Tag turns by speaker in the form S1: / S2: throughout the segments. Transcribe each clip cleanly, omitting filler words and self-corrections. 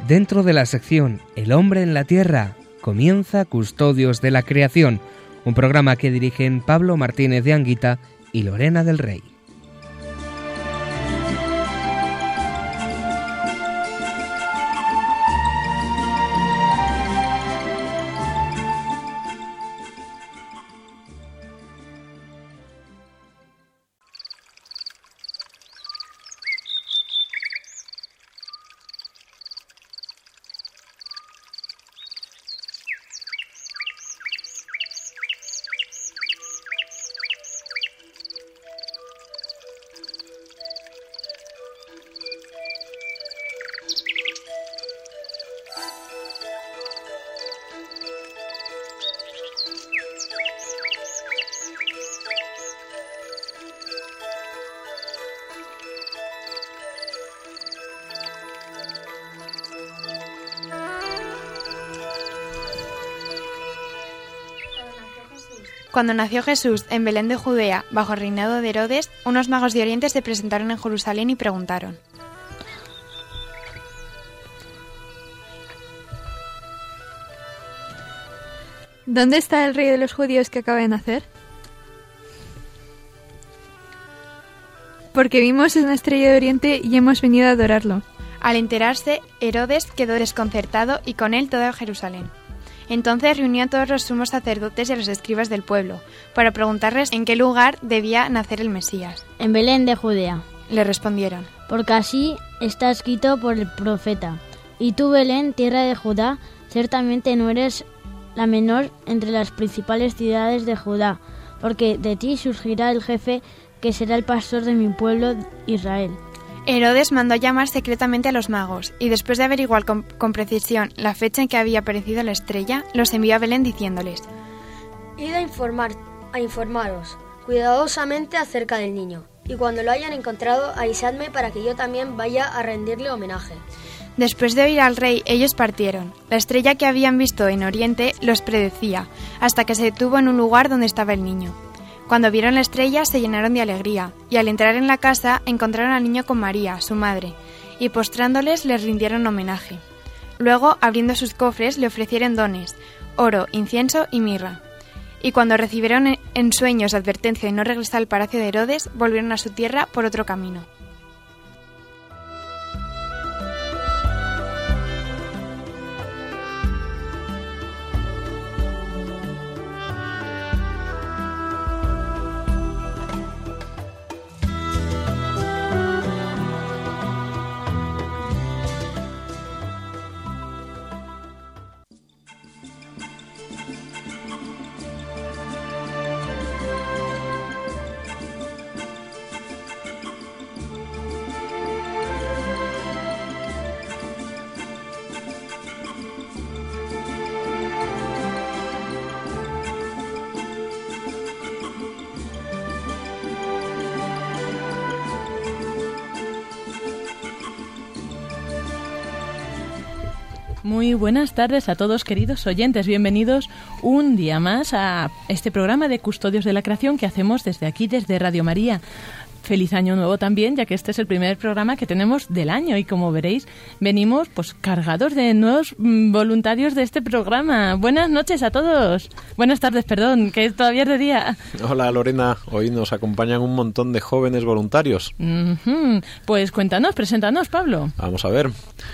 S1: Dentro de la sección El hombre en la tierra, comienza Custodios de la Creación, un programa que dirigen Pablo Martínez de Anguita y Lorena del Rey.
S2: Cuando nació Jesús en Belén de Judea, bajo el reinado de Herodes, unos magos de Oriente se presentaron en Jerusalén y preguntaron:
S3: ¿Dónde está el rey de los judíos que acaba de nacer? Porque vimos una estrella de Oriente y hemos venido a adorarlo.
S2: Al enterarse, Herodes quedó desconcertado y con él toda Jerusalén. Entonces reunió a todos los sumos sacerdotes y a los escribas del pueblo, para preguntarles en qué lugar debía nacer el Mesías.
S4: En Belén de Judea,
S2: le respondieron,
S4: porque así está escrito por el profeta. Y tú, Belén, tierra de Judá, ciertamente no eres la menor entre las principales ciudades de Judá, porque de ti surgirá el jefe que será el pastor de mi pueblo Israel.
S2: Herodes mandó llamar secretamente a los magos, y después de averiguar con precisión la fecha en que había aparecido la estrella, los envió a Belén diciéndoles:
S5: Id a informaros cuidadosamente acerca del niño, y cuando lo hayan encontrado, avisadme para que yo también vaya a rendirle homenaje.
S2: Después de oír al rey, ellos partieron. La estrella que habían visto en Oriente los predecía, hasta que se detuvo en un lugar donde estaba el niño. Cuando vieron la estrella se llenaron de alegría, y al entrar en la casa encontraron al niño con María, su madre, y postrándoles les rindieron homenaje. Luego, abriendo sus cofres, le ofrecieron dones, oro, incienso y mirra. Y cuando recibieron en sueños advertencia de no regresar al palacio de Herodes, volvieron a su tierra por otro camino.
S6: Muy buenas tardes a todos, queridos oyentes. Bienvenidos un día más a este programa de Custodios de la Creación que hacemos desde aquí, desde Radio María. Feliz Año Nuevo también, ya que este es el primer programa que tenemos del año y como veréis, venimos pues cargados de nuevos voluntarios de este programa. Buenas noches a todos. Buenas tardes, perdón, que todavía es de día.
S7: Hola Lorena, hoy nos acompañan un montón de jóvenes voluntarios.
S6: Pues cuéntanos, preséntanos, Pablo.
S7: Vamos a ver.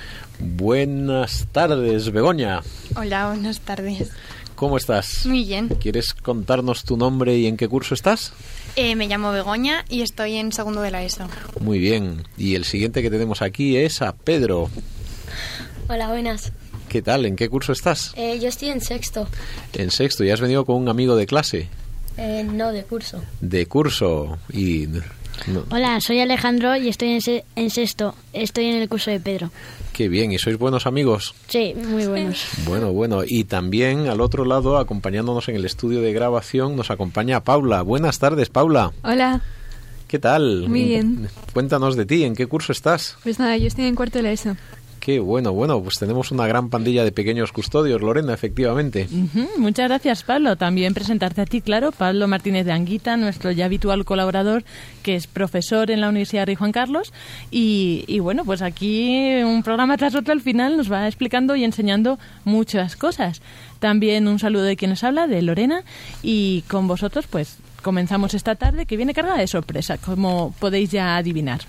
S7: Buenas tardes, Begoña.
S2: Hola, buenas tardes.
S7: ¿Cómo estás?
S2: Muy bien.
S7: ¿Quieres contarnos tu nombre y en qué curso estás?
S2: Me llamo Begoña y estoy en segundo de la ESO.
S7: Muy bien. Y el siguiente que tenemos aquí es a Pedro.
S5: Hola, buenas.
S7: ¿Qué tal? ¿En qué curso estás?
S5: Yo estoy en sexto.
S7: En sexto. ¿Y has venido con un amigo de clase?
S5: No, de curso.
S7: De curso. Y... No.
S4: Hola, soy Alejandro y estoy en sexto. Estoy en el curso de Pedro.
S7: Qué bien, ¿y sois buenos amigos?
S4: Sí, muy buenos.
S7: Bueno, y también al otro lado, acompañándonos en el estudio de grabación, nos acompaña Paula. Buenas tardes, Paula.
S3: Hola.
S7: ¿Qué tal?
S3: Muy bien.
S7: Cuéntanos de ti, ¿en qué curso estás?
S3: Pues nada, yo estoy en cuarto de la ESO.
S7: Qué bueno, pues tenemos una gran pandilla de pequeños custodios, Lorena, efectivamente.
S6: Muchas gracias, Pablo. También presentarte a ti, claro, Pablo Martínez de Anguita, nuestro ya habitual colaborador, que es profesor en la Universidad Rey Juan Carlos. Y bueno, pues aquí un programa tras otro al final nos va explicando y enseñando muchas cosas. También un saludo de quien nos habla, de Lorena, y con vosotros pues comenzamos esta tarde que viene cargada de sorpresa, como podéis ya adivinar.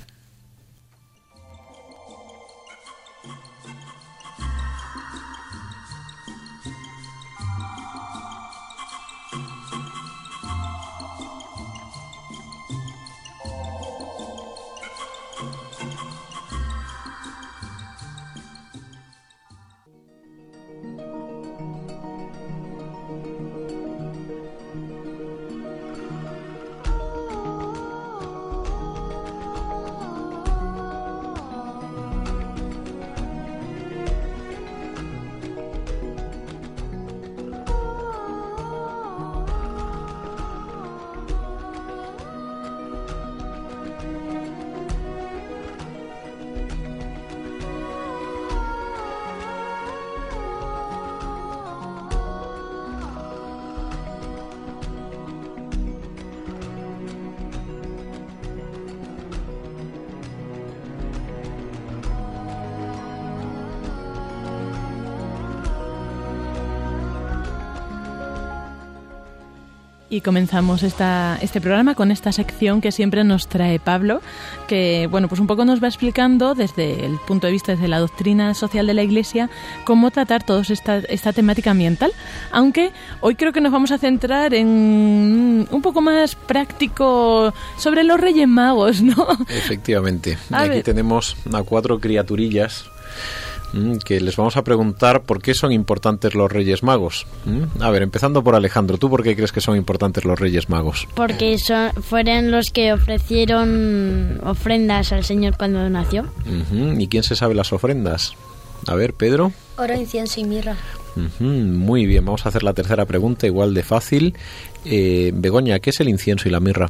S6: Y comenzamos este programa con esta sección que siempre nos trae Pablo, que bueno, pues un poco nos va explicando desde el punto de vista, desde la doctrina social de la Iglesia, cómo tratar toda esta temática ambiental. Aunque hoy creo que nos vamos a centrar en un poco más práctico sobre los Reyes Magos, ¿no?
S7: Efectivamente. Aquí tenemos a 4 criaturillas que les vamos a preguntar por qué son importantes los Reyes Magos. A ver, empezando por Alejandro, ¿tú por qué crees que son importantes los Reyes Magos?
S4: Porque fueron los que ofrecieron ofrendas al Señor cuando nació.
S7: ¿Y quién se sabe las ofrendas? A ver, Pedro.
S5: Oro, incienso y mirra.
S7: Muy bien, vamos a hacer la tercera pregunta, igual de fácil. Begoña, ¿qué es el incienso y la mirra?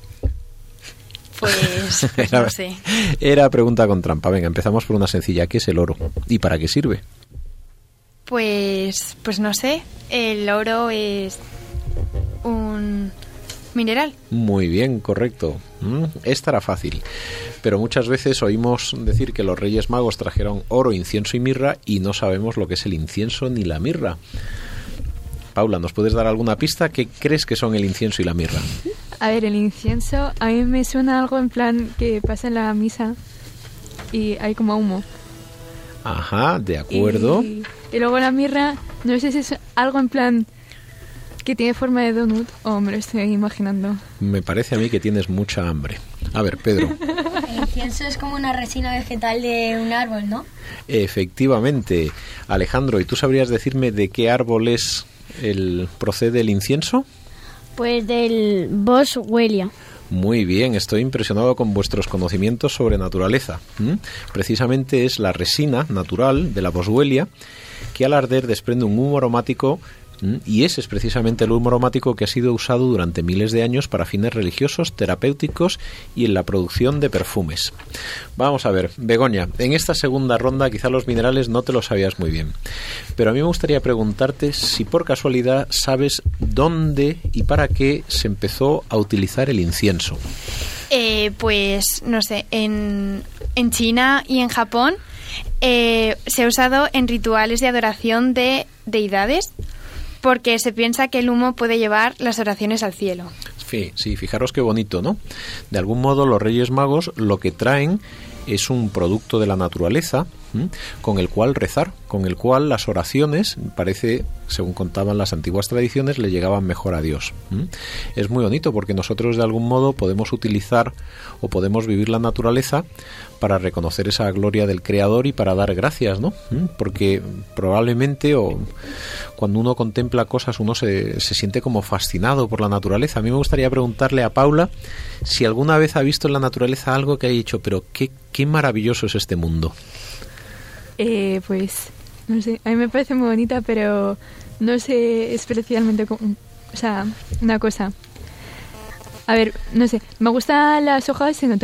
S2: Pues no sé.
S7: Era pregunta con trampa. Venga, empezamos por una sencilla. ¿Qué es el oro? ¿Y para qué sirve?
S2: Pues no sé. El oro es un mineral.
S7: Muy bien, correcto. Esta era fácil. Pero muchas veces oímos decir que los Reyes Magos trajeron oro, incienso y mirra y no sabemos lo que es el incienso ni la mirra. Paula, ¿nos puedes dar alguna pista? ¿Qué crees que son el incienso y la mirra?
S3: A ver, el incienso a mí me suena algo en plan que pasa en la misa y hay como humo.
S7: Ajá, de acuerdo.
S3: Y luego la mirra, no sé si es algo en plan que tiene forma de donut o me lo estoy imaginando.
S7: Me parece a mí que tienes mucha hambre. A ver, Pedro.
S5: El incienso es como una resina vegetal de un árbol, ¿no?
S7: Efectivamente. Alejandro, ¿y tú sabrías decirme de qué árbol procede el incienso?
S4: Pues del boswellia.
S7: Muy bien, estoy impresionado con vuestros conocimientos sobre naturaleza. Precisamente es la resina natural de la boswellia que al arder desprende un humo aromático, y ese es precisamente el humo aromático que ha sido usado durante miles de años para fines religiosos, terapéuticos y en la producción de perfumes. Vamos a ver, Begoña, en esta segunda ronda quizá los minerales no te lo sabías muy bien, pero a mí me gustaría preguntarte si por casualidad sabes dónde y para qué se empezó a utilizar el incienso.
S2: Pues no sé, en China y en Japón se ha usado en rituales de adoración de deidades, porque se piensa que el humo puede llevar las oraciones al cielo.
S7: Sí, fijaros qué bonito, ¿no? De algún modo los Reyes Magos lo que traen es un producto de la naturaleza con el cual rezar, con el cual las oraciones, parece, según contaban las antiguas tradiciones, le llegaban mejor a Dios. Es muy bonito porque nosotros de algún modo podemos utilizar o podemos vivir la naturaleza para reconocer esa gloria del Creador y para dar gracias, ¿no? Porque probablemente cuando uno contempla cosas uno se siente como fascinado por la naturaleza. A mí me gustaría preguntarle a Paula si alguna vez ha visto en la naturaleza algo que haya dicho, pero qué maravilloso es este mundo.
S3: Pues no sé, a mí me parece muy bonita, pero no sé especialmente una cosa. A ver, no sé, me gustan las hojas en otoño,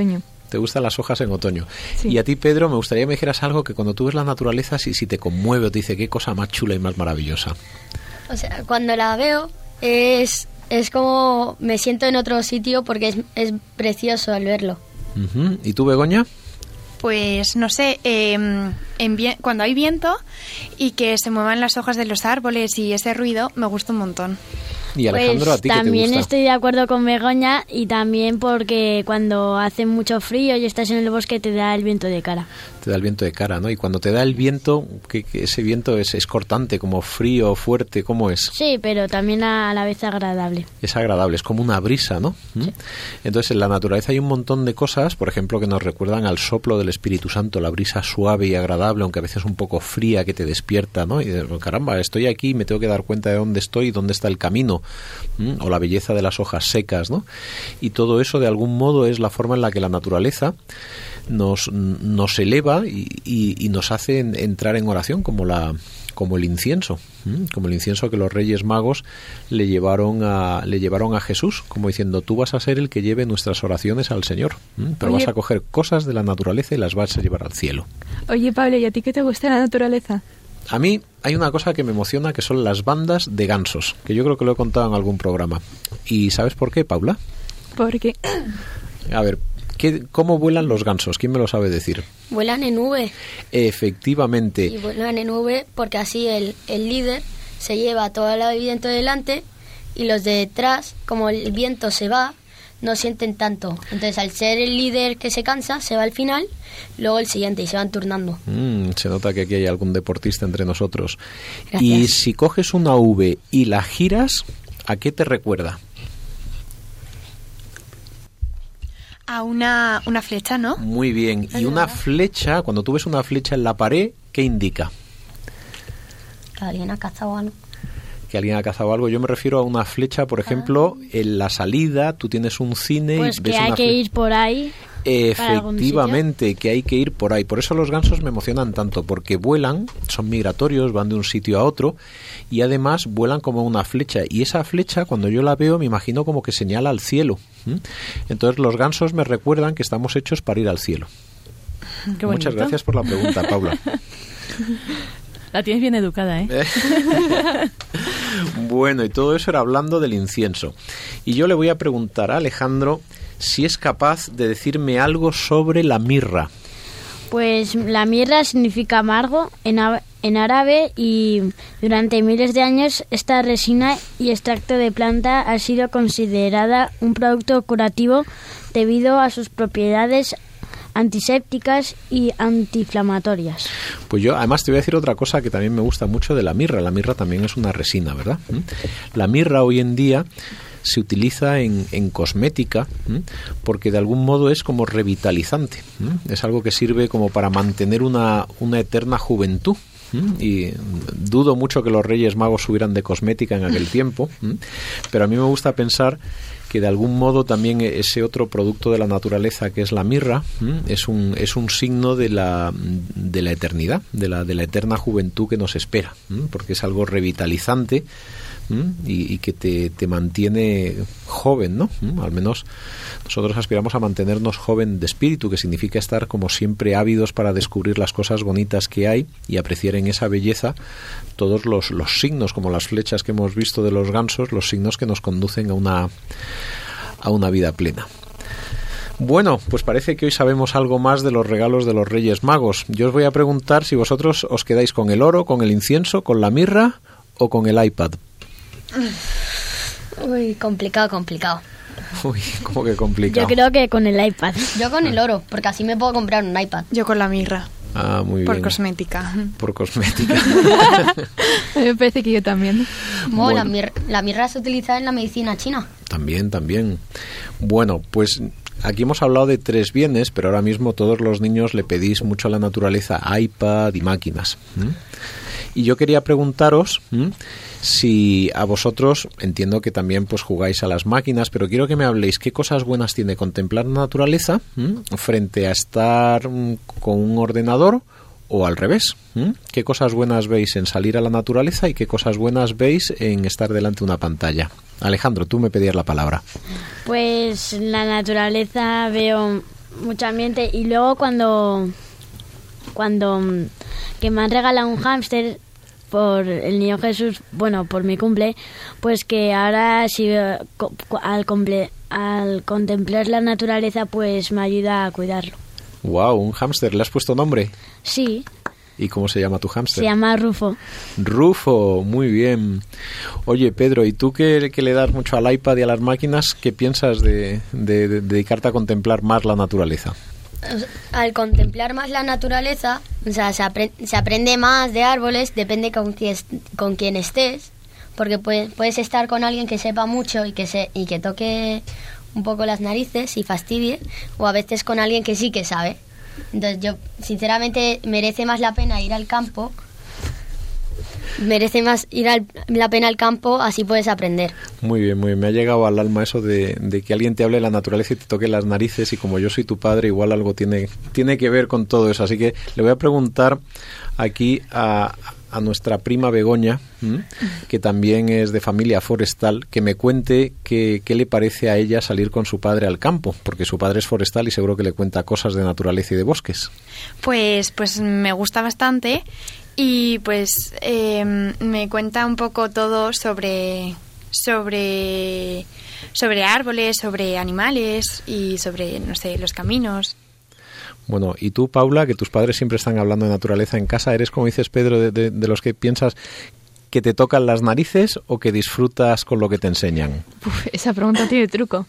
S7: Te gustan las hojas en otoño.
S3: Sí.
S7: Y a ti, Pedro, me gustaría que me dijeras algo que cuando tú ves la naturaleza, si te conmueve o te dice qué cosa más chula y más maravillosa.
S5: O sea, cuando la veo es como me siento en otro sitio porque es precioso al verlo.
S7: Uh-huh. ¿Y tú, Begoña?
S2: Pues no sé, cuando hay viento y que se muevan las hojas de los árboles y ese ruido, me gusta un montón.
S7: Y Alejandro,
S4: pues
S7: ¿a ti qué te
S4: también
S7: gusta?
S4: estoy de acuerdo con Begoña, y también porque cuando hace mucho frío y estás en el bosque te da el viento de cara.
S7: Te da el viento de cara, ¿no? Y cuando te da el viento, que ese viento es cortante, como frío, fuerte, ¿cómo es?
S4: Sí, pero también a la vez agradable.
S7: Es agradable, es como una brisa, ¿no? Sí. Entonces, en la naturaleza hay un montón de cosas, por ejemplo, que nos recuerdan al soplo del Espíritu Santo, la brisa suave y agradable, aunque a veces un poco fría, que te despierta, ¿no? Y caramba, estoy aquí, me tengo que dar cuenta de dónde estoy, dónde está el camino, o la belleza de las hojas secas, ¿no? Y todo eso, de algún modo, es la forma en la que la naturaleza nos eleva y nos hace entrar en oración, como el incienso, como el incienso que los Reyes Magos le llevaron a Jesús, como diciendo, tú vas a ser el que lleve nuestras oraciones al Señor, pero
S3: Oye,
S7: vas a coger cosas de la naturaleza y las vas a llevar al cielo.
S3: Oye, Pablo, ¿y a ti qué te gusta la naturaleza?
S7: A mí hay una cosa que me emociona, que son las bandas de gansos, que yo creo que lo he contado en algún programa. ¿Y sabes por qué, Paula?
S3: Porque
S7: A ver, ¿cómo vuelan los gansos? ¿Quién me lo sabe decir?
S5: Vuelan en nube.
S7: Efectivamente.
S5: Y vuelan en nube porque así el líder se lleva todo el viento delante y los de detrás, como el viento se va, no sienten tanto. Entonces, al ser el líder que se cansa, se va al final, luego el siguiente y se van turnando.
S7: Se nota que aquí hay algún deportista entre nosotros.
S5: Gracias.
S7: Y si coges una V y la giras, ¿a qué te recuerda?
S2: A una flecha, ¿no?
S7: Muy bien. Y una flecha, cuando tú ves una flecha en la pared, ¿qué indica?
S5: Que alguien ha cazado algo.
S7: Que alguien ha cazado algo. Yo me refiero a una flecha, por ejemplo, en la salida, tú tienes un cine
S4: Pues
S7: y ves
S4: que hay
S7: una
S4: que ir por ahí.
S7: Efectivamente, que hay que ir por ahí. Por eso los gansos me emocionan tanto, porque vuelan, son migratorios, van de un sitio a otro y además vuelan como una flecha. Y esa flecha, cuando yo la veo, me imagino como que señala al cielo. Entonces los gansos me recuerdan que estamos hechos para ir al cielo.
S6: Qué bonito.
S7: Muchas gracias por la pregunta, Paula.
S6: La tienes bien educada, ¿eh?
S7: Bueno, y todo eso era hablando del incienso. Y yo le voy a preguntar a Alejandro si es capaz de decirme algo sobre la mirra.
S4: Pues la mirra significa amargo en árabe, y durante miles de años esta resina y extracto de planta ha sido considerada un producto curativo debido a sus propiedades antisépticas y antiinflamatorias.
S7: Pues yo además te voy a decir otra cosa que también me gusta mucho de la mirra. La mirra también es una resina, ¿verdad? La mirra hoy en día se utiliza en cosmética porque de algún modo es como revitalizante. Es algo que sirve como para mantener una eterna juventud. Y dudo mucho que los Reyes Magos subieran de cosmética en aquel tiempo, pero a mí me gusta pensar que de algún modo también ese otro producto de la naturaleza, que es la mirra, es un signo de la eternidad, de la eterna juventud que nos espera, porque es algo revitalizante y que te mantiene joven, ¿no? Al menos nosotros aspiramos a mantenernos joven de espíritu, que significa estar como siempre ávidos para descubrir las cosas bonitas que hay y apreciar en esa belleza todos los signos, como las flechas que hemos visto de los gansos, los signos que nos conducen a una vida plena. Bueno, pues parece que hoy sabemos algo más de los regalos de los Reyes Magos. Yo os voy a preguntar si vosotros os quedáis con el oro, con el incienso, con la mirra o con el iPad.
S5: Uy, complicado.
S7: Uy, ¿cómo que complicado?
S4: Yo creo que con el iPad.
S5: Yo con el oro, porque así me puedo comprar un iPad.
S2: Yo con la mirra.
S7: Ah, muy
S2: Por
S7: bien.
S2: cosmética.
S7: Por cosmética.
S3: me parece que yo también.
S5: Bueno, la mirra se utiliza en la medicina china.
S7: También. Bueno, pues aquí hemos hablado de 3 bienes, pero ahora mismo todos los niños le pedís mucho a la naturaleza iPad y máquinas. Y yo quería preguntaros si a vosotros, entiendo que también pues jugáis a las máquinas, pero quiero que me habléis qué cosas buenas tiene contemplar la naturaleza frente a estar con un ordenador, o al revés. ¿Qué cosas buenas veis en salir a la naturaleza y qué cosas buenas veis en estar delante de una pantalla? Alejandro, tú me pedías la palabra.
S4: Pues en la naturaleza veo mucho ambiente. Y luego cuando que me han regalado un hámster por el niño Jesús, bueno, por mi cumple, pues que ahora al contemplar la naturaleza, pues me ayuda a cuidarlo.
S7: Wow, un hámster. ¿Le has puesto nombre?
S4: Sí.
S7: ¿Y cómo se llama tu hámster?
S4: Se llama Rufo.
S7: Rufo, muy bien. Oye, Pedro, ¿y tú que le das mucho al iPad y a las máquinas, qué piensas de dedicarte a contemplar más la naturaleza?
S5: Al contemplar más la naturaleza, o sea, se aprende más de árboles, depende con quién estés, porque puedes estar con alguien que sepa mucho y que toque un poco las narices y fastidie, o a veces con alguien que sí que sabe. Entonces yo, sinceramente, merece más la pena ir al campo, así puedes aprender. Muy
S7: bien, me ha llegado al alma eso de que alguien te hable de la naturaleza y te toque las narices, y como yo soy tu padre, igual algo tiene que ver con todo eso. Así que le voy a preguntar aquí a nuestra prima Begoña, que también es de familia forestal, que me cuente qué le parece a ella salir con su padre al campo, porque su padre es forestal y seguro que le cuenta cosas de naturaleza y de bosques.
S2: Pues me gusta bastante y pues me cuenta un poco todo sobre árboles, sobre animales y sobre, no sé, los caminos.
S7: Bueno, y tú, Paula, que tus padres siempre están hablando de naturaleza en casa, ¿eres, como dices Pedro, de los que piensas que te tocan las narices o que disfrutas con lo que te enseñan?
S3: Esa pregunta tiene truco.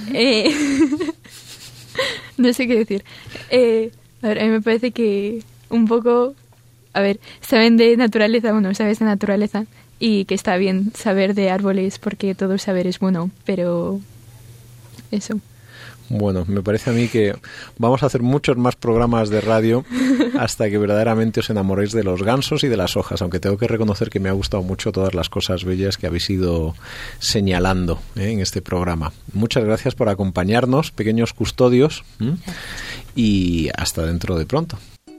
S3: No sé qué decir. A ver, a mí me parece que un poco... A ver, saben de naturaleza, sabes de naturaleza, y que está bien saber de árboles porque todo saber es bueno, pero eso.
S7: Bueno, me parece a mí que vamos a hacer muchos más programas de radio hasta que verdaderamente os enamoréis de los gansos y de las hojas, aunque tengo que reconocer que me ha gustado mucho todas las cosas bellas que habéis ido señalando en este programa. Muchas gracias por acompañarnos, pequeños custodios, y hasta dentro de pronto.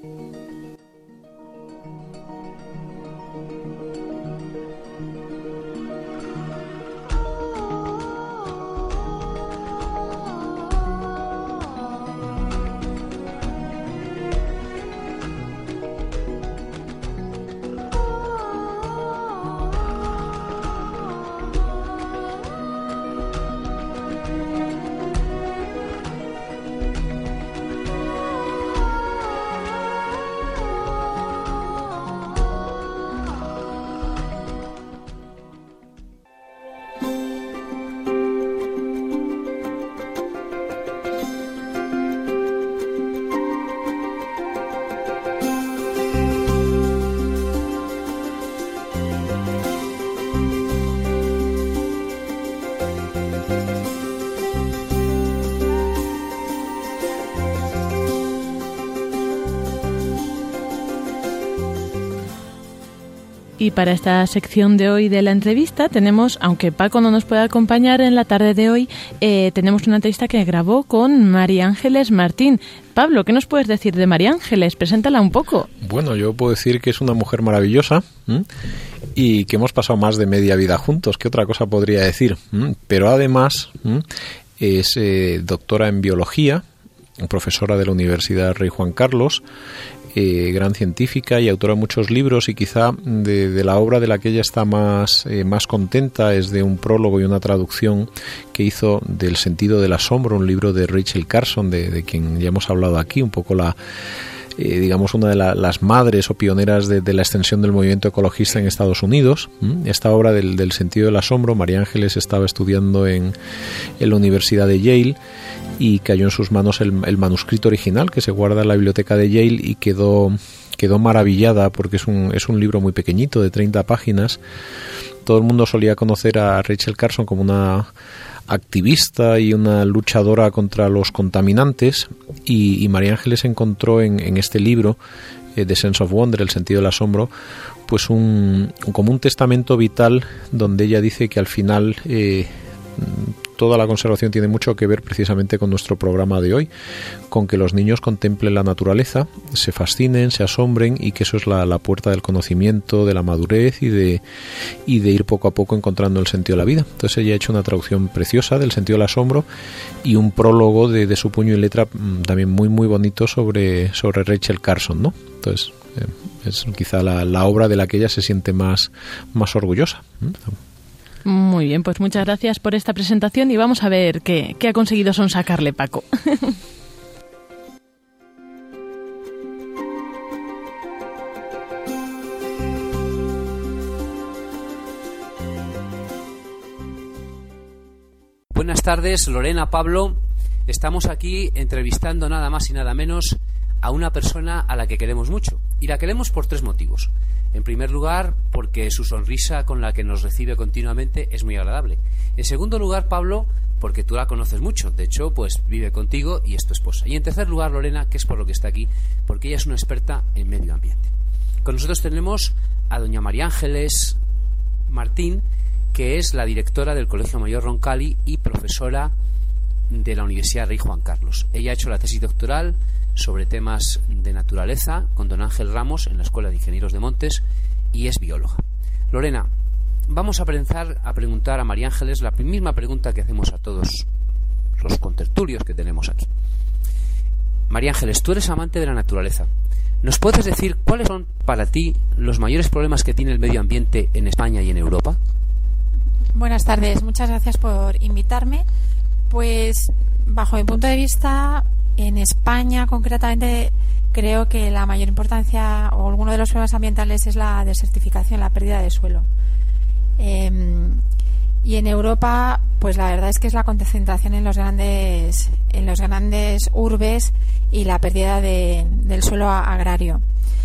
S6: Y para esta sección de hoy de la entrevista tenemos, aunque Paco no nos puede acompañar en la tarde de hoy, tenemos una entrevista que grabó con María Ángeles Martín. Pablo, ¿qué nos puedes decir de María Ángeles? Preséntala un poco.
S7: Bueno, yo puedo decir que es una mujer maravillosa y que hemos pasado más de media vida juntos. ¿Qué otra cosa podría decir? Pero además es doctora en biología, profesora de la Universidad Rey Juan Carlos, gran científica y autora de muchos libros, y quizá de la obra de la que ella está más contenta es de un prólogo y una traducción que hizo del sentido del asombro, un libro de Rachel Carson, de quien ya hemos hablado aquí, un poco digamos una de las madres o pioneras de la extensión del movimiento ecologista en Estados Unidos. Esta obra del sentido del asombro, María Ángeles estaba estudiando en la Universidad de Yale y cayó en sus manos el manuscrito original que se guarda en la biblioteca de Yale, y quedó maravillada porque es un libro muy pequeñito de 30 páginas. Todo el mundo solía conocer a Rachel Carson como una activista y una luchadora contra los contaminantes, y María Ángeles encontró en este libro, The Sense of Wonder, el sentido del asombro, pues como un testamento vital donde ella dice que al final toda la conservación tiene mucho que ver precisamente con nuestro programa de hoy, con que los niños contemplen la naturaleza, se fascinen, se asombren, y que eso es la puerta del conocimiento, de la madurez y de ir poco a poco encontrando el sentido de la vida. Entonces ella ha hecho una traducción preciosa del sentido del asombro y un prólogo de su puño y letra también muy muy bonito sobre Rachel Carson, ¿no? Entonces es quizá la obra de la que ella se siente más orgullosa.
S6: Muy bien, pues muchas gracias por esta presentación y vamos a ver qué ha conseguido sonsacarle Paco.
S8: Buenas tardes, Lorena, Pablo. Estamos aquí entrevistando nada más y nada menos a una persona a la que queremos mucho. Y la queremos por 3 motivos. En primer lugar, porque su sonrisa con la que nos recibe continuamente es muy agradable. En segundo lugar, Pablo, porque tú la conoces mucho. De hecho, pues vive contigo y es tu esposa. Y en tercer lugar, Lorena, que es por lo que está aquí, porque ella es una experta en medio ambiente. Con nosotros tenemos a doña María Ángeles Martín, que es la directora del Colegio Mayor Roncali y profesora de la Universidad Rey Juan Carlos. Ella ha hecho la tesis doctoral sobre temas de naturaleza con don Ángel Ramos en la Escuela de Ingenieros de Montes y es bióloga. Lorena, vamos a preguntar a María Ángeles la misma pregunta que hacemos a todos los contertulios que tenemos aquí. María Ángeles, tú eres amante de la naturaleza. ¿Nos puedes decir cuáles son para ti los mayores problemas que tiene el medio ambiente en España y en Europa?
S9: Buenas tardes, muchas gracias por invitarme. Pues bajo mi punto de vista, en España concretamente creo que la mayor importancia o alguno de los problemas ambientales es la desertificación, la pérdida de suelo. Y en Europa, pues la verdad es que es la concentración en los grandes urbes y la pérdida del suelo agrario.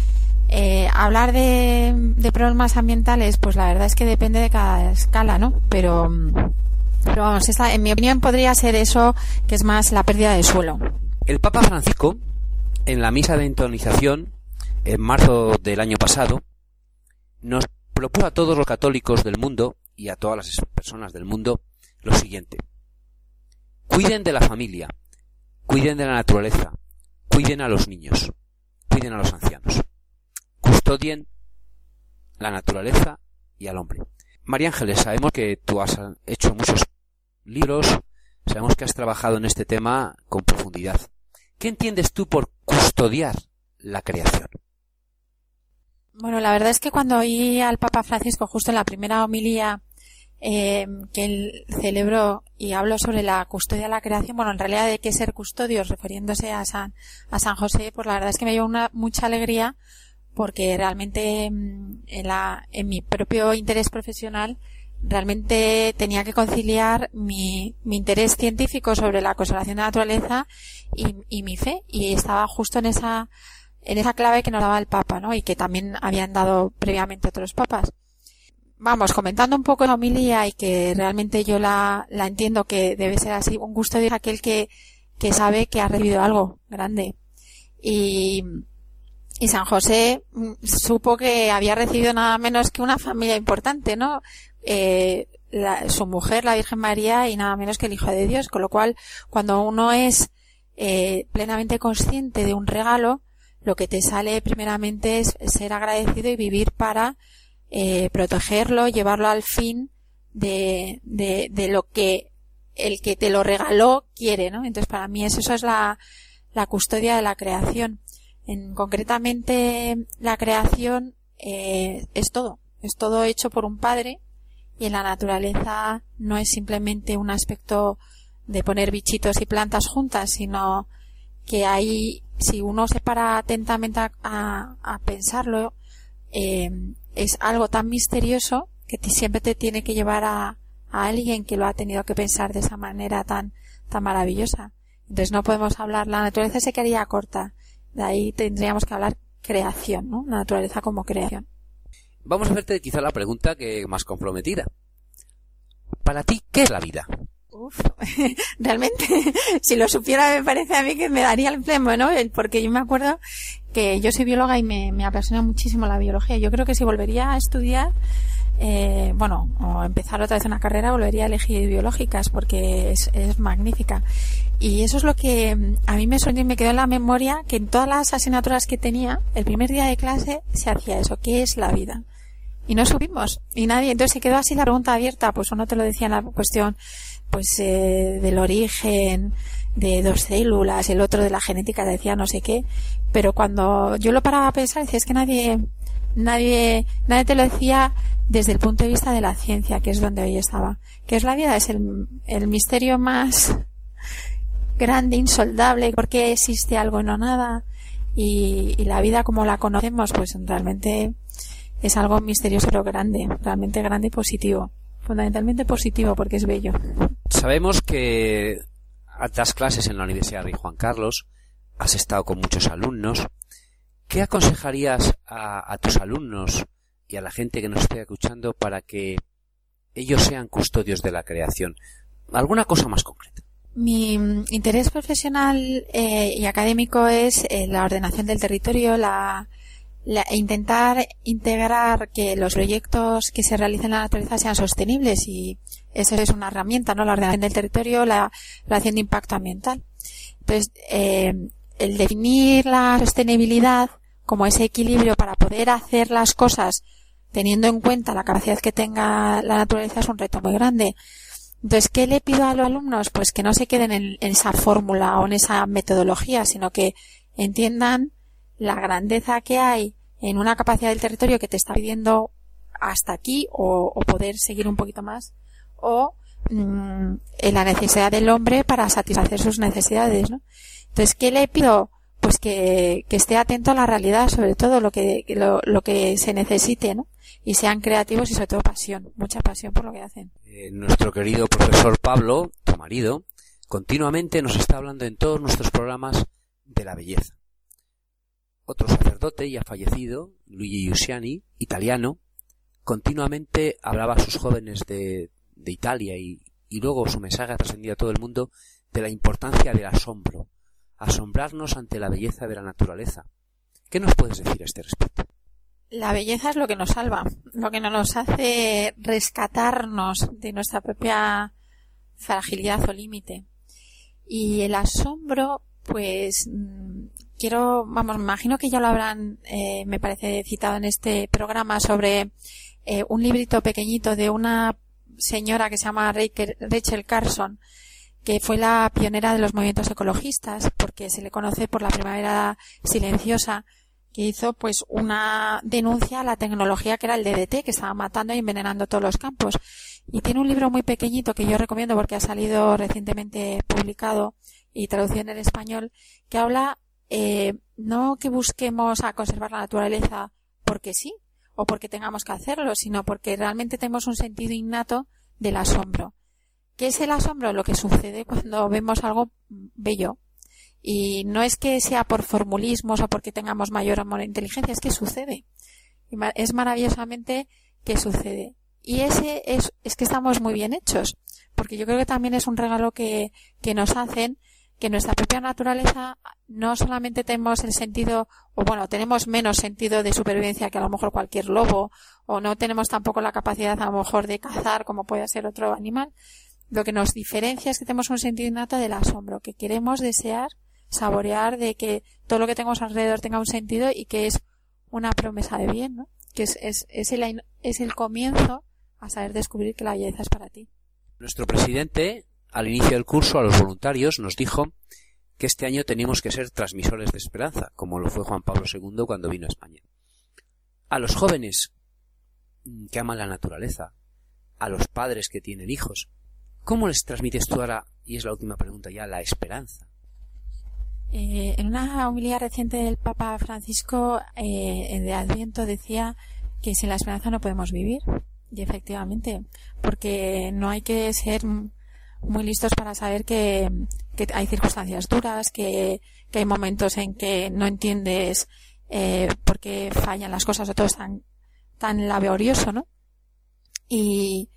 S9: Hablar de problemas ambientales, pues la verdad es que depende de cada escala, ¿no? Pero vamos, en mi opinión podría ser eso, que es más la pérdida de suelo.
S8: El Papa Francisco, en la misa de entonización, en marzo del año pasado, nos propuso a todos los católicos del mundo y a todas las personas del mundo lo siguiente: cuiden de la familia, cuiden de la naturaleza, cuiden a los niños, cuiden a los ancianos, custodien la naturaleza y al hombre. María Ángeles, sabemos que tú has hecho muchos libros, sabemos que has trabajado en este tema con profundidad. ¿Qué entiendes tú por custodiar la creación?
S9: Bueno, la verdad es que cuando oí al Papa Francisco justo en la primera homilía que él celebró y habló sobre la custodia de la creación, bueno, en realidad de qué ser custodios, refiriéndose a San José, pues la verdad es que me dio mucha alegría, porque realmente en mi propio interés profesional realmente tenía que conciliar mi interés científico sobre la conservación de la naturaleza y mi fe, y estaba justo en esa clave que nos daba el Papa, ¿no? Y que también habían dado previamente otros papas. Vamos, comentando un poco la homilía, y que realmente yo la entiendo que debe ser así: un custodio es aquel que sabe que ha recibido algo grande. Y San José supo que había recibido nada menos que una familia importante, ¿no? Su mujer, la Virgen María, y nada menos que el Hijo de Dios, con lo cual, cuando uno es plenamente consciente de un regalo, lo que te sale primeramente es ser agradecido y vivir para protegerlo, llevarlo al fin de lo que el que te lo regaló quiere, ¿no? Entonces, para mí eso es la custodia de la creación. Concretamente, la creación es todo hecho por un padre, y en la naturaleza no es simplemente un aspecto de poner bichitos y plantas juntas, sino que hay, si uno se para atentamente a pensarlo, es algo tan misterioso que siempre te tiene que llevar a alguien que lo ha tenido que pensar de esa manera tan maravillosa. Entonces no podemos hablar, la naturaleza se quedaría corta. De ahí tendríamos que hablar creación, ¿no? La naturaleza como creación.
S8: Vamos a hacerte quizá la pregunta que más comprometida. Para ti, ¿qué es la vida?
S9: Realmente, si lo supiera, me parece a mí que me daría el flemo, ¿no? Porque yo me acuerdo que yo soy bióloga y me apasiona muchísimo la biología. Yo creo que si volvería a estudiar, o empezar otra vez una carrera, volvería a elegir biológicas porque es magnífica. Y eso es lo que a mí me quedó en la memoria, que en todas las asignaturas que tenía, el primer día de clase se hacía eso, ¿qué es la vida? Y no supimos, y nadie, entonces se quedó así la pregunta abierta, pues uno te lo decía en la cuestión, pues del origen de 2 células, el otro de la genética decía no sé qué, pero cuando yo lo paraba a pensar, decía, es que nadie te lo decía desde el punto de vista de la ciencia, que es donde hoy estaba. ¿Qué es la vida? Es el misterio más grande, insoldable, ¿por qué existe algo y no nada? Y la vida como la conocemos, pues realmente es algo misterioso pero grande, realmente grande y positivo. Fundamentalmente positivo porque es bello.
S8: Sabemos que das clases en la Universidad Rey Juan Carlos, has estado con muchos alumnos. ¿Qué aconsejarías a tus alumnos y a la gente que nos esté escuchando para que ellos sean custodios de la creación? ¿Alguna cosa más concreta?
S9: Mi interés profesional y académico es la ordenación del territorio, intentar integrar que los proyectos que se realicen en la naturaleza sean sostenibles, y eso es una herramienta, ¿no? La ordenación del territorio, la relación de impacto ambiental. Entonces, el definir la sostenibilidad como ese equilibrio para poder hacer las cosas teniendo en cuenta la capacidad que tenga la naturaleza es un reto muy grande. Entonces, ¿qué le pido a los alumnos? Pues que no se queden en esa fórmula o en esa metodología, sino que entiendan la grandeza que hay en una capacidad del territorio que te está pidiendo hasta aquí o poder seguir un poquito más, o en la necesidad del hombre para satisfacer sus necesidades, ¿no? Entonces, ¿qué le pido? Pues que esté atento a la realidad, sobre todo lo que se necesite, ¿no? Y sean creativos y sobre todo mucha pasión por lo que hacen.
S8: Nuestro querido profesor Pablo, tu marido, continuamente nos está hablando en todos nuestros programas de la belleza. Otro sacerdote ya fallecido, Luigi Giussiani, italiano, continuamente hablaba a sus jóvenes de Italia y luego su mensaje ha trascendido a todo el mundo de la importancia del asombro, asombrarnos ante la belleza de la naturaleza. ¿Qué nos puedes decir a este respecto?
S9: La belleza es lo que nos salva, lo que nos hace rescatarnos de nuestra propia fragilidad o límite. Y el asombro, pues me imagino que ya lo habrán, me parece, citado en este programa sobre un librito pequeñito de una señora que se llama Rachel Carson, que fue la pionera de los movimientos ecologistas, porque se le conoce por la primavera silenciosa, que hizo pues una denuncia a la tecnología que era el DDT, que estaba matando y envenenando todos los campos. Y tiene un libro muy pequeñito que yo recomiendo porque ha salido recientemente publicado y traducido en el español, que habla no que busquemos a conservar la naturaleza porque sí o porque tengamos que hacerlo, sino porque realmente tenemos un sentido innato del asombro. ¿Qué es el asombro? Lo que sucede cuando vemos algo bello. Y no es que sea por formulismos o porque tengamos mayor amor e inteligencia, es que sucede. Es maravillosamente que sucede. Y ese es que estamos muy bien hechos. Porque yo creo que también es un regalo que nos hacen, que en nuestra propia naturaleza no solamente tenemos el sentido, tenemos menos sentido de supervivencia que a lo mejor cualquier lobo, o no tenemos tampoco la capacidad a lo mejor de cazar como puede ser otro animal. Lo que nos diferencia es que tenemos un sentido innato del asombro, que queremos desear, saborear de que todo lo que tenemos alrededor tenga un sentido y que es una promesa de bien, ¿no? Que es el comienzo a saber descubrir que la belleza es para ti.
S8: Nuestro presidente, al inicio del curso, a los voluntarios, nos dijo que este año teníamos que ser transmisores de esperanza, como lo fue Juan Pablo II cuando vino a España. A los jóvenes que aman la naturaleza, a los padres que tienen hijos, ¿cómo les transmites tú ahora, y es la última pregunta ya, la esperanza?
S9: En una homilía reciente del Papa Francisco de Adviento decía que sin la esperanza no podemos vivir. Y efectivamente, porque no hay que ser muy listos para saber que hay circunstancias duras, que hay momentos en que no entiendes por qué fallan las cosas, o todo es tan laborioso, ¿no? Y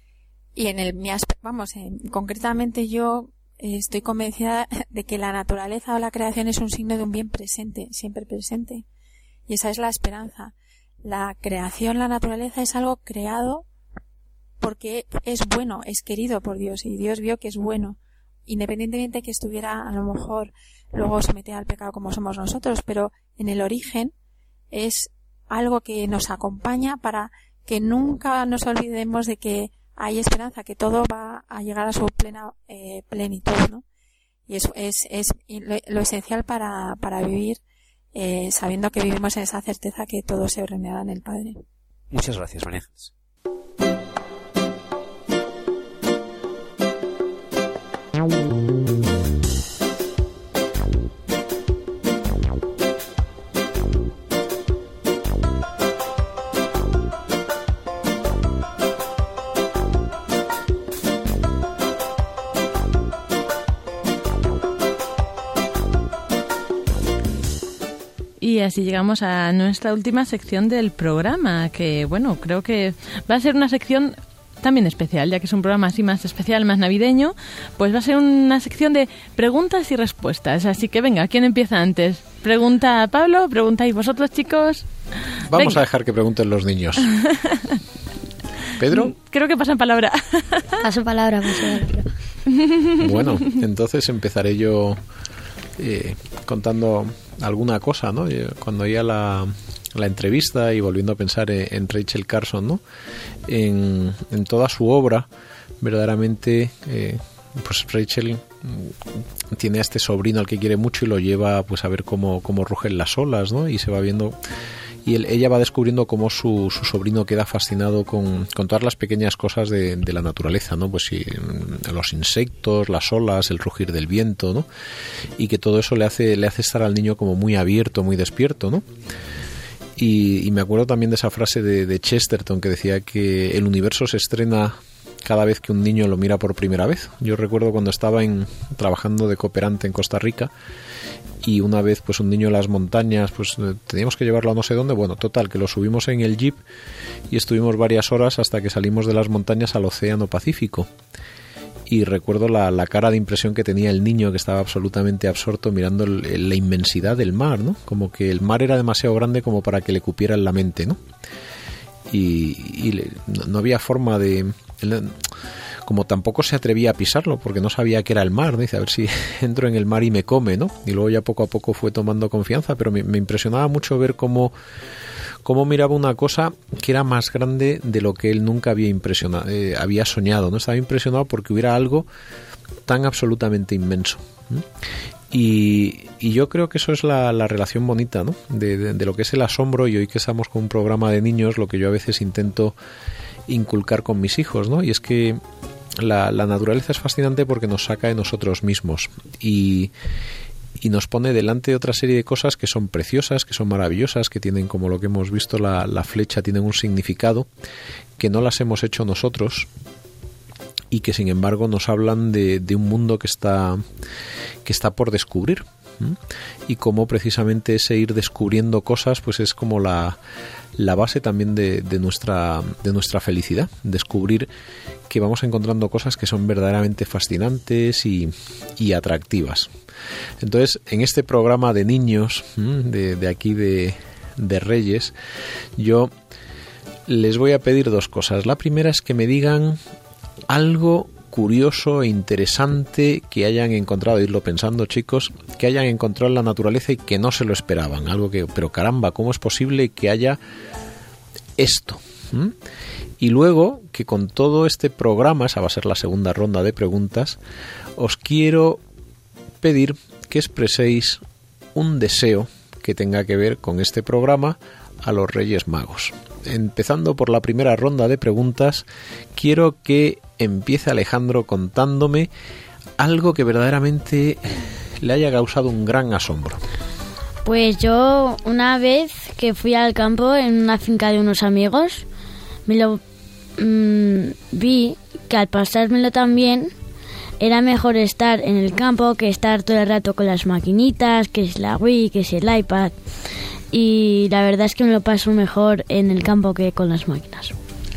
S9: concretamente yo estoy convencida de que la naturaleza o la creación es un signo de un bien presente, siempre presente. y esa es la esperanza. La creación, la naturaleza es algo creado porque es bueno, es querido por Dios y Dios vio que es bueno, independientemente de que estuviera a lo mejor luego sometida al pecado como somos nosotros, pero en el origen es algo que nos acompaña para que nunca nos olvidemos de que hay esperanza, que todo va a llegar a su plena plenitud, ¿no? Y es lo esencial para vivir sabiendo que vivimos en esa certeza que todo se reunirá en el Padre.
S8: Muchas gracias, María Ángeles.
S6: Y así llegamos a nuestra última sección del programa, que bueno, creo que va a ser una sección también especial, ya que es un programa así más especial, más navideño, pues va a ser una sección de preguntas y respuestas. Así que venga, ¿quién empieza antes? ¿Pregunta a Pablo? ¿Preguntáis vosotros, chicos?
S7: Vamos a dejar que pregunten los niños. ¿Pedro?
S6: Creo que pasan palabra.
S5: Paso palabra.
S7: Bueno, entonces empezaré yo contando alguna cosa, ¿no? Cuando oía la entrevista y volviendo a pensar en Rachel Carson, ¿no? En toda su obra, verdaderamente, pues Rachel tiene a este sobrino al que quiere mucho y lo lleva pues a ver cómo rugen las olas, ¿no? Y se va viendo, y ella va descubriendo cómo su sobrino queda fascinado con todas las pequeñas cosas de la naturaleza, ¿no? Pues sí, los insectos, las olas, el rugir del viento, ¿no? Y que todo eso le hace estar al niño como muy abierto, muy despierto, ¿no? Y me acuerdo también de esa frase de Chesterton que decía que el universo se estrena cada vez que un niño lo mira por primera vez. Yo recuerdo cuando estaba trabajando de cooperante en Costa Rica y una vez pues un niño en las montañas, pues teníamos que llevarlo a no sé dónde, bueno, total, que lo subimos en el jeep y estuvimos varias horas hasta que salimos de las montañas al Océano Pacífico. Y recuerdo la cara de impresión que tenía el niño, que estaba absolutamente absorto mirando la inmensidad del mar, ¿no? Como que el mar era demasiado grande como para que le cupiera en la mente, ¿no? Y no había forma de... Como tampoco se atrevía a pisarlo porque no sabía que era el mar, ¿no? Dice, a ver si entro en el mar y me come, ¿no? Y luego ya poco a poco fue tomando confianza, pero me impresionaba mucho ver cómo miraba una cosa que era más grande de lo que él nunca había soñado, ¿no? Estaba impresionado porque hubiera algo tan absolutamente inmenso, ¿no? Y yo creo que eso es la relación bonita, ¿no? De lo que es el asombro, y hoy que estamos con un programa de niños, lo que yo a veces intento inculcar con mis hijos, ¿no? Y es que la naturaleza es fascinante porque nos saca de nosotros mismos y nos pone delante de otra serie de cosas que son preciosas, que son maravillosas, que tienen, como lo que hemos visto, la flecha, tienen un significado, que no las hemos hecho nosotros y que sin embargo nos hablan de un mundo que está por descubrir. Y cómo precisamente ese ir descubriendo cosas pues es como la base también de nuestra felicidad, descubrir que vamos encontrando cosas que son verdaderamente fascinantes y atractivas. Entonces, en este programa de niños de aquí de Reyes, yo les voy a pedir dos cosas. La primera es que me digan algo curioso e interesante que hayan encontrado, irlo pensando, chicos, que hayan encontrado en la naturaleza y que no se lo esperaban, algo que, pero caramba, ¿cómo es posible que haya esto? Y luego, que con todo este programa, esa va a ser la segunda ronda de preguntas, os quiero pedir que expreséis un deseo que tenga que ver con este programa a los Reyes Magos. Empezando por la primera ronda de preguntas, quiero que empiece Alejandro contándome algo que verdaderamente le haya causado un gran asombro.
S4: Pues yo una vez que fui al campo en una finca de unos amigos, vi que al pasármelo tan bien era mejor estar en el campo que estar todo el rato con las maquinitas, que es la Wii, que es el iPad. Y la verdad es que me lo paso mejor en el campo que con las máquinas.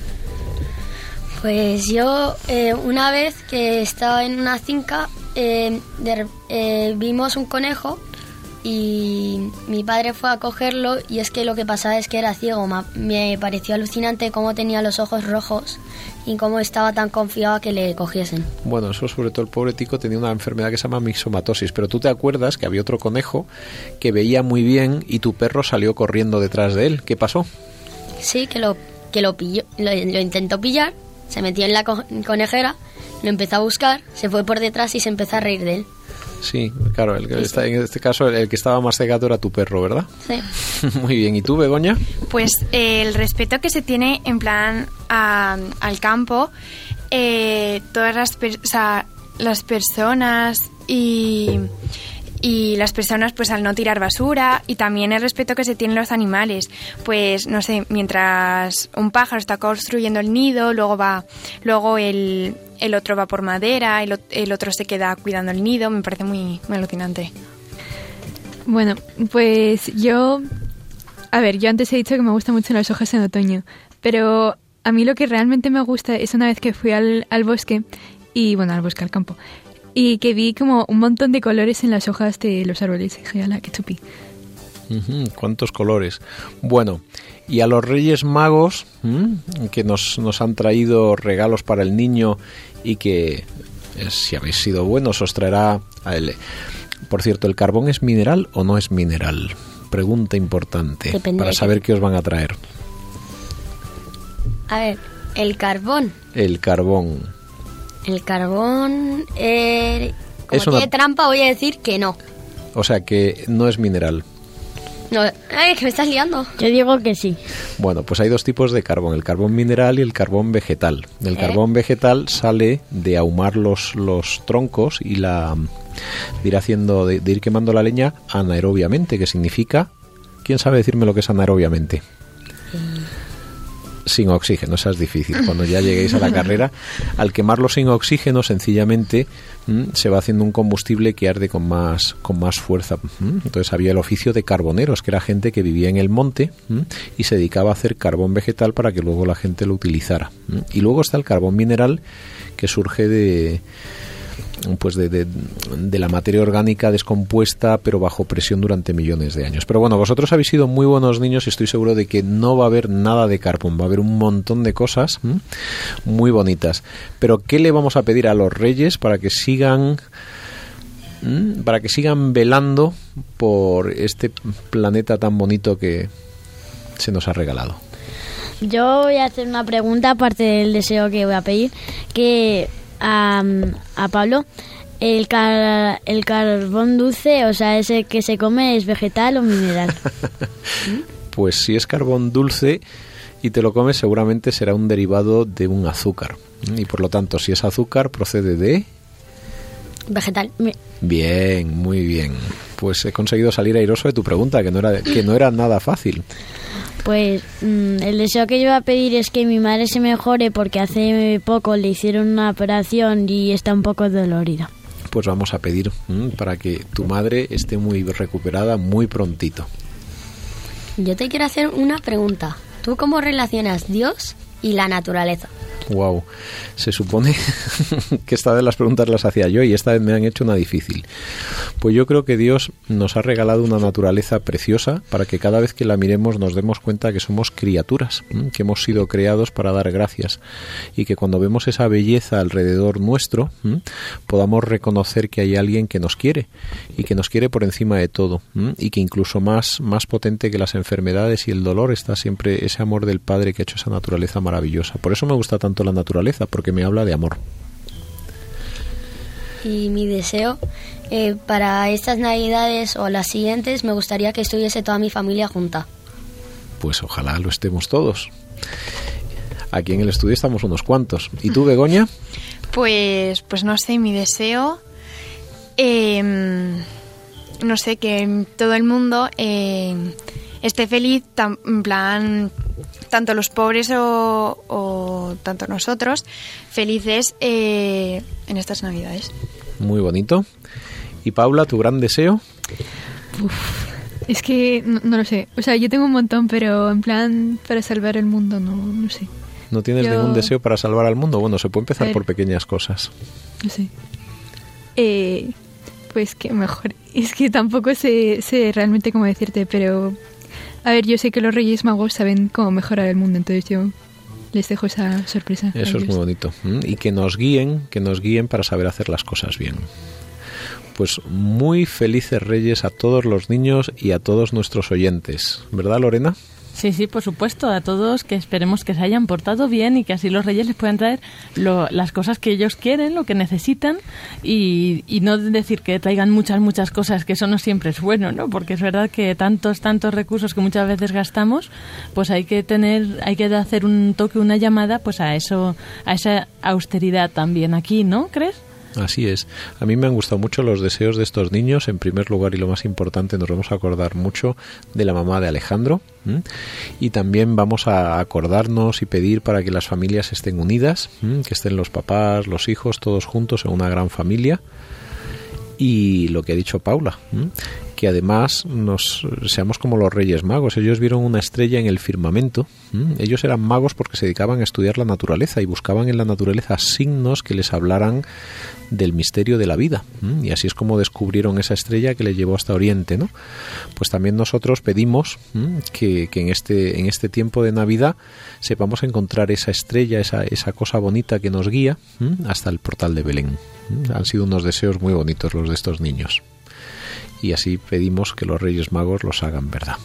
S5: Pues yo una vez que estaba en una finca vimos un conejo y mi padre fue a cogerlo y es que lo que pasaba es que era ciego. Me pareció alucinante cómo tenía los ojos rojos y cómo estaba tan confiado a que le cogiesen.
S7: Bueno, eso sobre todo el pobre Tico tenía una enfermedad que se llama mixomatosis, pero tú te acuerdas que había otro conejo que veía muy bien y tu perro salió corriendo detrás de él. ¿Qué pasó?
S5: Sí, que lo pilló, lo intentó pillar, se metió en la conejera, lo empezó a buscar, se fue por detrás y se empezó a reír de él.
S7: Sí, claro, en este caso el que estaba más cegato era tu perro, ¿verdad?
S5: Sí.
S7: Muy bien, ¿y tú, Begoña?
S2: Pues el respeto que se tiene en plan al campo, todas las personas y las personas pues al no tirar basura, y también el respeto que se tienen los animales, pues no sé, mientras un pájaro está construyendo el nido, luego el otro va por madera, el otro se queda cuidando el nido. Me parece muy, muy alucinante.
S3: Bueno, pues yo antes he dicho que me gustan mucho las hojas en otoño, pero a mí lo que realmente me gusta es una vez que fui al bosque, al campo, y que vi como un montón de colores en las hojas de los árboles. Dije, ala, qué chupi.
S7: ¿Cuántos colores? Bueno, y a los Reyes Magos, que nos han traído regalos para el niño y que, si habéis sido buenos, os traerá a él. Por cierto, ¿el carbón es mineral o no es mineral? Pregunta importante.
S5: Depende
S7: para saber qué os van a traer.
S5: A ver, el carbón.
S7: El carbón,
S5: como tiene trampa, voy a decir que no.
S7: O sea, que no es mineral.
S5: No, que me estás liando.
S4: Yo digo que sí.
S7: Bueno, pues hay dos tipos de carbón, el carbón mineral y el carbón vegetal. El carbón vegetal sale de ahumar los troncos y de ir quemando la leña anaerobiamente, que significa, ¿quién sabe decirme lo que es anaerobiamente? Sin oxígeno, esa es difícil. Cuando ya lleguéis a la carrera, al quemarlo sin oxígeno, sencillamente se va haciendo un combustible que arde con más fuerza. Entonces había el oficio de carboneros, que era gente que vivía en el monte y se dedicaba a hacer carbón vegetal para que luego la gente lo utilizara. Y luego está el carbón mineral, que surge de la materia orgánica descompuesta, pero bajo presión durante millones de años. Pero bueno, vosotros habéis sido muy buenos niños y estoy seguro de que no va a haber nada de carbón, va a haber un montón de cosas muy bonitas. Pero ¿qué le vamos a pedir a los Reyes para que sigan velando por este planeta tan bonito que se nos ha regalado?
S4: Yo voy a hacer una pregunta aparte del deseo que voy a pedir, que a Pablo, ¿el carbón dulce, o sea, ese que se come, es vegetal o mineral?
S7: Pues si es carbón dulce y te lo comes, seguramente será un derivado de un azúcar. Y por lo tanto, si es azúcar, procede de...
S5: Vegetal.
S7: Bien, muy bien. Pues he conseguido salir airoso de tu pregunta, que no era nada fácil.
S4: Pues el deseo que yo voy a pedir es que mi madre se mejore, porque hace poco le hicieron una operación y está un poco dolorida.
S7: Pues vamos a pedir para que tu madre esté muy recuperada muy prontito.
S5: Yo te quiero hacer una pregunta. ¿Tú cómo relacionas Dios y la naturaleza?
S7: Wow, se supone que esta vez las preguntas las hacía yo y esta vez me han hecho una difícil. Pues yo creo que Dios nos ha regalado una naturaleza preciosa para que cada vez que la miremos nos demos cuenta que somos criaturas, que hemos sido creados para dar gracias, y que cuando vemos esa belleza alrededor nuestro podamos reconocer que hay alguien que nos quiere y que nos quiere por encima de todo, y que incluso más potente que las enfermedades y el dolor está siempre ese amor del Padre que ha hecho esa naturaleza maravillosa. Por eso me gusta tanto la naturaleza, porque me habla de amor.
S5: Y mi deseo para estas Navidades o las siguientes, me gustaría que estuviese toda mi familia junta.
S7: Pues ojalá lo estemos todos. Aquí en el estudio estamos unos cuantos. ¿Y tú, Begoña?
S2: Pues no sé, mi deseo, no sé, que todo el mundo esté feliz, en plan, tanto los pobres o tanto nosotros, felices en estas Navidades.
S7: Muy bonito. ¿Y Paula, tu gran deseo?
S3: Es que no lo sé. O sea, yo tengo un montón, pero en plan para salvar el mundo no sé.
S7: ¿No tienes ningún deseo para salvar al mundo? Bueno, se puede empezar por pequeñas cosas.
S3: No sé. Pues que mejor. Es que tampoco sé realmente cómo decirte, pero... A ver, yo sé que los Reyes Magos saben cómo mejorar el mundo, entonces yo les dejo esa sorpresa.
S7: Eso es muy bonito. Y que nos guíen para saber hacer las cosas bien. Pues muy felices Reyes a todos los niños y a todos nuestros oyentes. ¿Verdad, Lorena?
S6: Sí, por supuesto, a todos, que esperemos que se hayan portado bien y que así los Reyes les puedan traer las cosas que ellos quieren, lo que necesitan, y no decir que traigan muchas cosas, que eso no siempre es bueno, ¿no? Porque es verdad que tantos recursos que muchas veces gastamos, pues hay que hacer un toque, una llamada, pues a esa austeridad también aquí, ¿no? ¿Crees?
S7: Así es. A mí me han gustado mucho los deseos de estos niños. En primer lugar, y lo más importante, nos vamos a acordar mucho de la mamá de Alejandro. Y también vamos a acordarnos y pedir para que las familias estén unidas, que estén los papás, los hijos, todos juntos en una gran familia. Y lo que ha dicho Paula, que además seamos como los Reyes Magos. Ellos vieron una estrella en el firmamento. Ellos eran magos porque se dedicaban a estudiar la naturaleza y buscaban en la naturaleza signos que les hablaran del misterio de la vida. Y así es como descubrieron esa estrella que les llevó hasta Oriente, ¿no? Pues también nosotros pedimos que en este tiempo de Navidad sepamos encontrar esa estrella, esa cosa bonita que nos guía hasta el portal de Belén. Han sido unos deseos muy bonitos los de estos niños. Y así pedimos que los Reyes Magos los hagan verdad.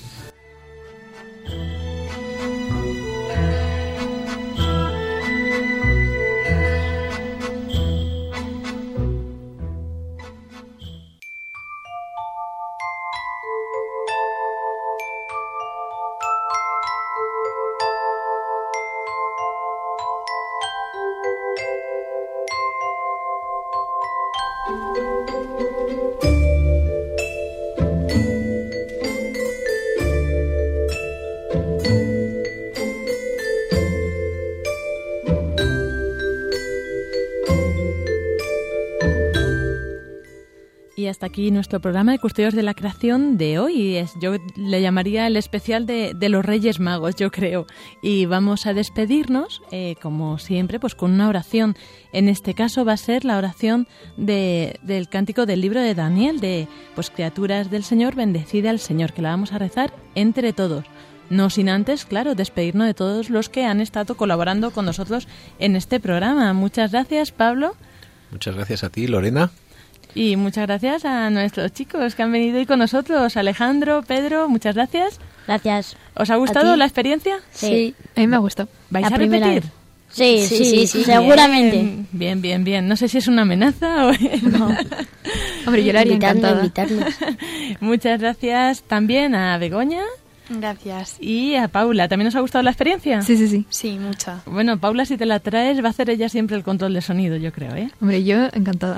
S6: Y hasta aquí nuestro programa de Custodios de la Creación de hoy. Yo le llamaría el especial de los Reyes Magos, yo creo. Y vamos a despedirnos, como siempre, pues con una oración. En este caso va a ser la oración del cántico del libro de Daniel, de pues criaturas del Señor, bendecida al Señor, que la vamos a rezar entre todos. No sin antes, claro, despedirnos de todos los que han estado colaborando con nosotros en este programa. Muchas gracias, Pablo.
S7: Muchas gracias a ti, Lorena.
S6: Y muchas gracias a nuestros chicos que han venido hoy con nosotros. Alejandro, Pedro, muchas gracias.
S4: Gracias.
S6: ¿Os ha gustado la experiencia?
S4: Sí.
S3: A mí me ha gustado.
S6: ¿Vais a repetir?
S4: Sí, seguramente.
S6: Bien. No sé si es una amenaza o...
S3: No. Hombre, yo la haría encantada.
S6: Muchas gracias también a Begoña.
S2: Gracias.
S6: Y a Paula. ¿También os ha gustado la experiencia?
S3: Sí.
S2: Sí, mucha.
S6: Bueno, Paula, si te la traes, va a hacer ella siempre el control de sonido, yo creo, ¿eh?
S3: Hombre, yo encantada.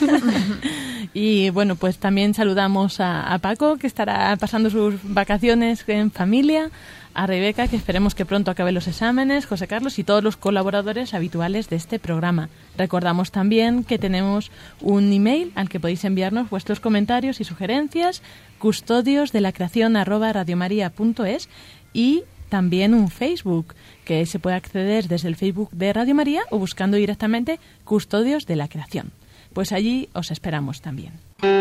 S6: Y bueno, pues también saludamos a Paco, que estará pasando sus vacaciones en familia, a Rebeca, que esperemos que pronto acabe los exámenes, José Carlos y todos los colaboradores habituales de este programa. Recordamos también que tenemos un email al que podéis enviarnos vuestros comentarios y sugerencias, custodiosdelacreacion@radiomaria.es, y también un Facebook, que se puede acceder desde el Facebook de Radio María o buscando directamente Custodios de la Creación. Pues allí os esperamos también.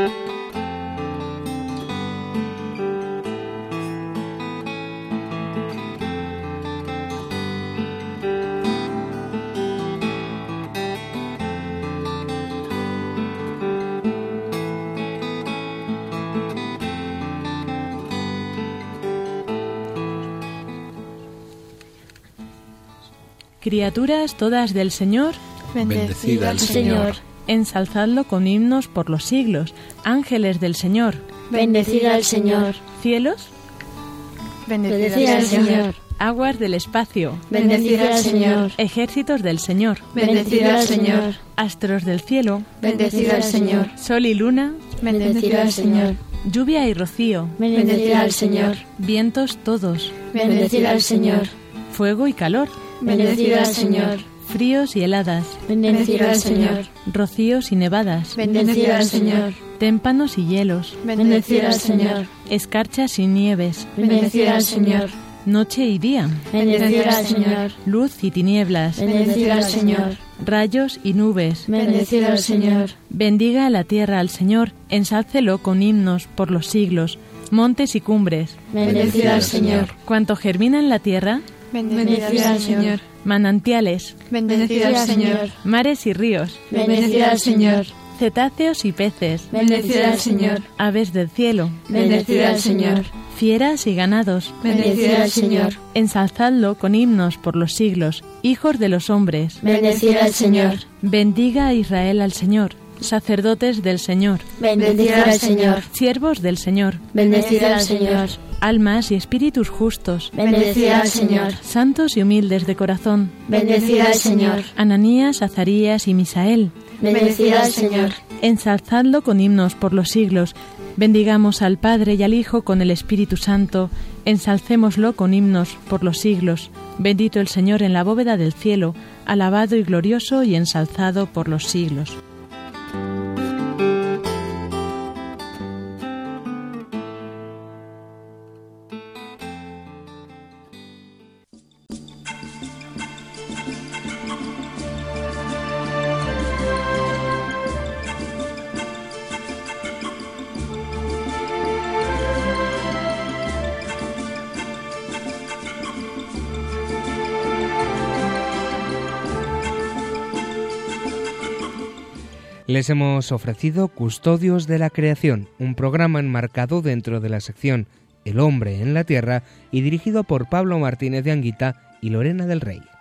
S6: Criaturas todas del Señor,
S7: bendecida al Señor.
S6: Ensalzadlo con himnos por los siglos. Ángeles del Señor,
S4: bendecida al Señor.
S6: Cielos,
S4: Bendecida al Señor.
S6: Aguas del espacio,
S4: Bendecida al Señor.
S6: Ejércitos del Señor,
S4: Bendecida al Señor.
S6: astros del cielo,
S4: Bendecida al Señor.
S6: sol y luna,
S4: Bendecida al Señor.
S6: lluvia y rocío,
S4: Bendecida al Señor.
S6: vientos todos,
S4: Bendecida al Señor.
S6: fuego y calor,
S4: Bendecida al Señor.
S6: fríos y heladas,
S4: Bendecida al Señor.
S6: rocíos y nevadas,
S4: Bendecida al Señor.
S6: témpanos y hielos,
S4: Bendecida al Señor.
S6: escarchas y nieves,
S4: Bendecida al Señor.
S6: Noche y día.
S4: Bendecid al Señor.
S6: Luz y tinieblas.
S4: Bendecid al Señor.
S6: Rayos y nubes.
S4: Bendecid al Señor.
S6: Bendiga la tierra al Señor, ensálcelo con himnos por los siglos. Montes y cumbres.
S4: Bendecid al Señor.
S6: Cuanto germina en la tierra.
S3: Bendecid al Señor.
S6: Manantiales.
S3: Bendecid al Señor.
S6: Mares y ríos.
S4: Bendecid al Señor.
S6: Cetáceos y peces.
S4: Bendecid al Señor.
S6: Aves del cielo.
S4: Bendecid al Señor.
S6: Fieras y ganados.
S4: Bendecid al Señor.
S6: Ensalzadlo con himnos por los siglos. Hijos de los hombres.
S4: Bendecid al Señor.
S6: Bendiga a Israel al Señor. Sacerdotes del Señor.
S4: Bendecid al Señor.
S6: Siervos del Señor.
S4: Bendecid al Señor.
S6: Almas y espíritus justos.
S4: Bendecid al Señor.
S6: Santos y humildes de corazón.
S4: Bendecid al Señor.
S6: Ananías, Azarías y Misael.
S4: Bendecid al Señor.
S6: Ensalzadlo con himnos por los siglos. Bendigamos al Padre y al Hijo con el Espíritu Santo. Ensalcémoslo con himnos por los siglos. Bendito el Señor en la bóveda del cielo, alabado y glorioso y ensalzado por los siglos.
S1: Les hemos ofrecido Custodios de la Creación, un programa enmarcado dentro de la sección El hombre en la tierra y dirigido por Pablo Martínez de Anguita y Lorena del Rey.